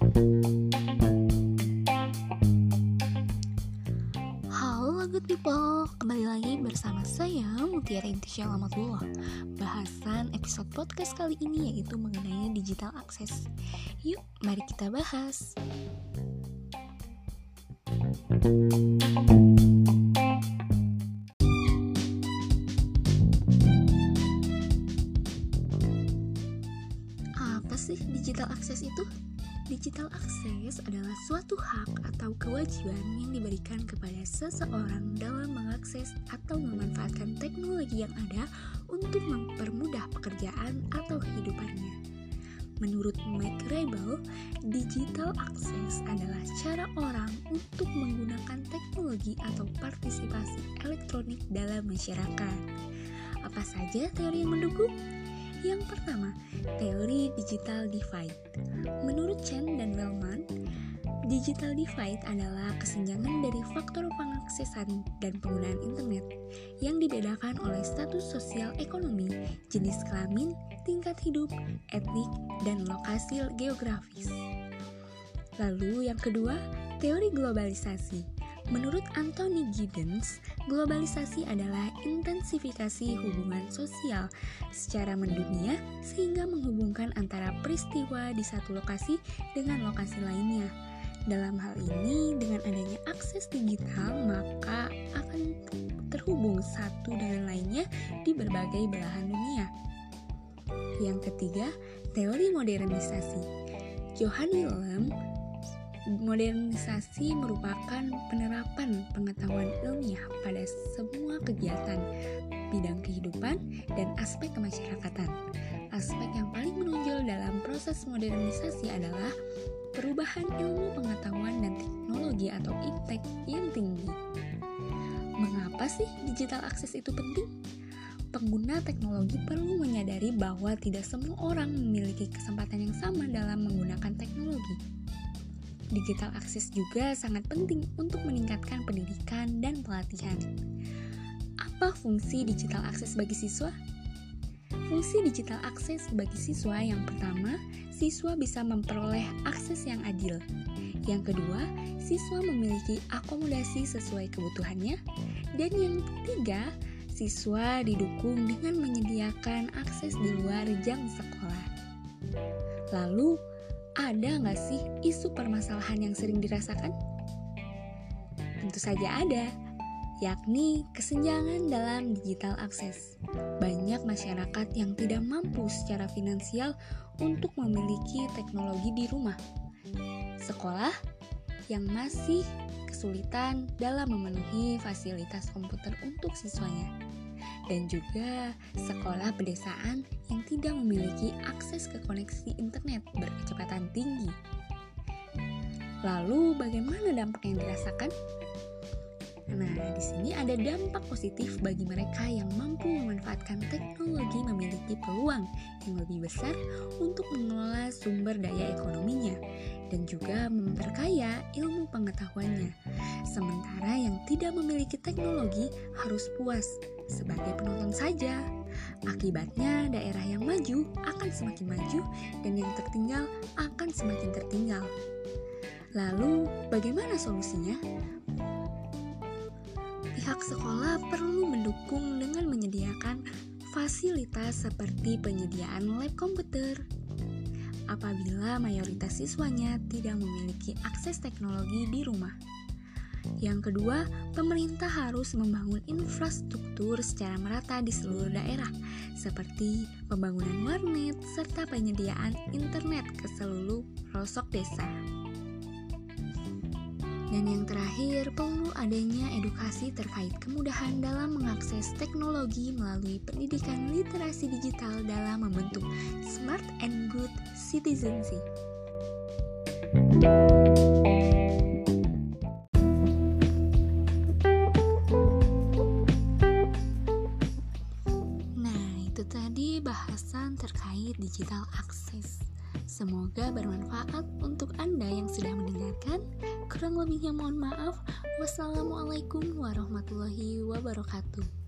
Halo good people, kembali lagi bersama saya Mutiara Intisya Lamatullah. Bahasan episode podcast kali ini yaitu mengenai digital access. Yuk, mari kita bahas. Apa sih digital access itu? Digital access adalah suatu hak atau kewajiban yang diberikan kepada seseorang dalam mengakses atau memanfaatkan teknologi yang ada untuk mempermudah pekerjaan atau kehidupannya. Menurut Mike Rebel, digital access adalah cara orang untuk menggunakan teknologi atau partisipasi elektronik dalam masyarakat. Apa saja teori yang mendukung? Yang pertama, teori digital divide. Menurut Chen dan Wellman, digital divide adalah kesenjangan dari faktor pengaksesan dan penggunaan internet yang dibedakan oleh status sosial ekonomi, jenis kelamin, tingkat hidup, etnik, dan lokasi geografis. Lalu yang kedua, teori globalisasi. Menurut Anthony Giddens, globalisasi adalah intensifikasi hubungan sosial secara mendunia sehingga menghubungkan antara peristiwa di satu lokasi dengan lokasi lainnya. Dalam hal ini, dengan adanya akses digital, maka akan terhubung satu dengan lainnya di berbagai belahan dunia. Yang ketiga, teori modernisasi. Johan Willem, modernisasi merupakan penerapan pengetahuan ilmiah pada semua kegiatan, bidang kehidupan, dan aspek kemasyarakatan. Aspek yang paling menonjol dalam proses modernisasi adalah perubahan ilmu pengetahuan dan teknologi atau impact yang tinggi. Mengapa sih digital access itu penting? Pengguna teknologi perlu menyadari bahwa tidak semua orang memiliki kesempatan yang sama dalam menggunakan teknologi. Digital access juga sangat penting untuk meningkatkan pendidikan dan pelatihan. Apa fungsi digital access bagi siswa? Fungsi digital access bagi siswa yang pertama, siswa bisa memperoleh akses yang adil. Yang kedua, siswa memiliki akomodasi sesuai kebutuhannya. Dan yang ketiga, siswa didukung dengan menyediakan akses di luar jam sekolah. Lalu, ada nggak sih isu permasalahan yang sering dirasakan? Tentu saja ada, yakni kesenjangan dalam digital access. Banyak masyarakat yang tidak mampu secara finansial untuk memiliki teknologi di rumah. Sekolah yang masih kesulitan dalam memenuhi fasilitas komputer untuk siswanya. Dan juga sekolah pedesaan yang tidak memiliki akses ke koneksi internet berkecepatan tinggi. Lalu bagaimana dampak yang dirasakan? Nah, di sini ada dampak positif bagi mereka yang mampu memanfaatkan teknologi memiliki peluang yang lebih besar untuk mengelola sumber daya ekonominya dan juga memperkaya ilmu pengetahuannya. Sementara yang tidak memiliki teknologi harus puas sebagai penonton saja. Akibatnya daerah yang maju akan semakin maju dan yang tertinggal akan semakin tertinggal. Lalu bagaimana solusinya? Pihak sekolah perlu mendukung dengan menyediakan fasilitas seperti penyediaan lab komputer. Apabila mayoritas siswanya tidak memiliki akses teknologi di rumah. Yang kedua, pemerintah harus membangun infrastruktur secara merata di seluruh daerah, seperti pembangunan warnet serta penyediaan internet ke seluruh pelosok desa. Dan yang terakhir, perlu adanya edukasi terkait kemudahan dalam mengakses teknologi melalui pendidikan literasi digital dalam membentuk smart and good citizenship. Nah, itu tadi bahasan terkait digital access. Semoga bermanfaat untuk Anda yang sudah mendengarkan. Kurang lebihnya mohon maaf. Wassalamualaikum warahmatullahi wabarakatuh.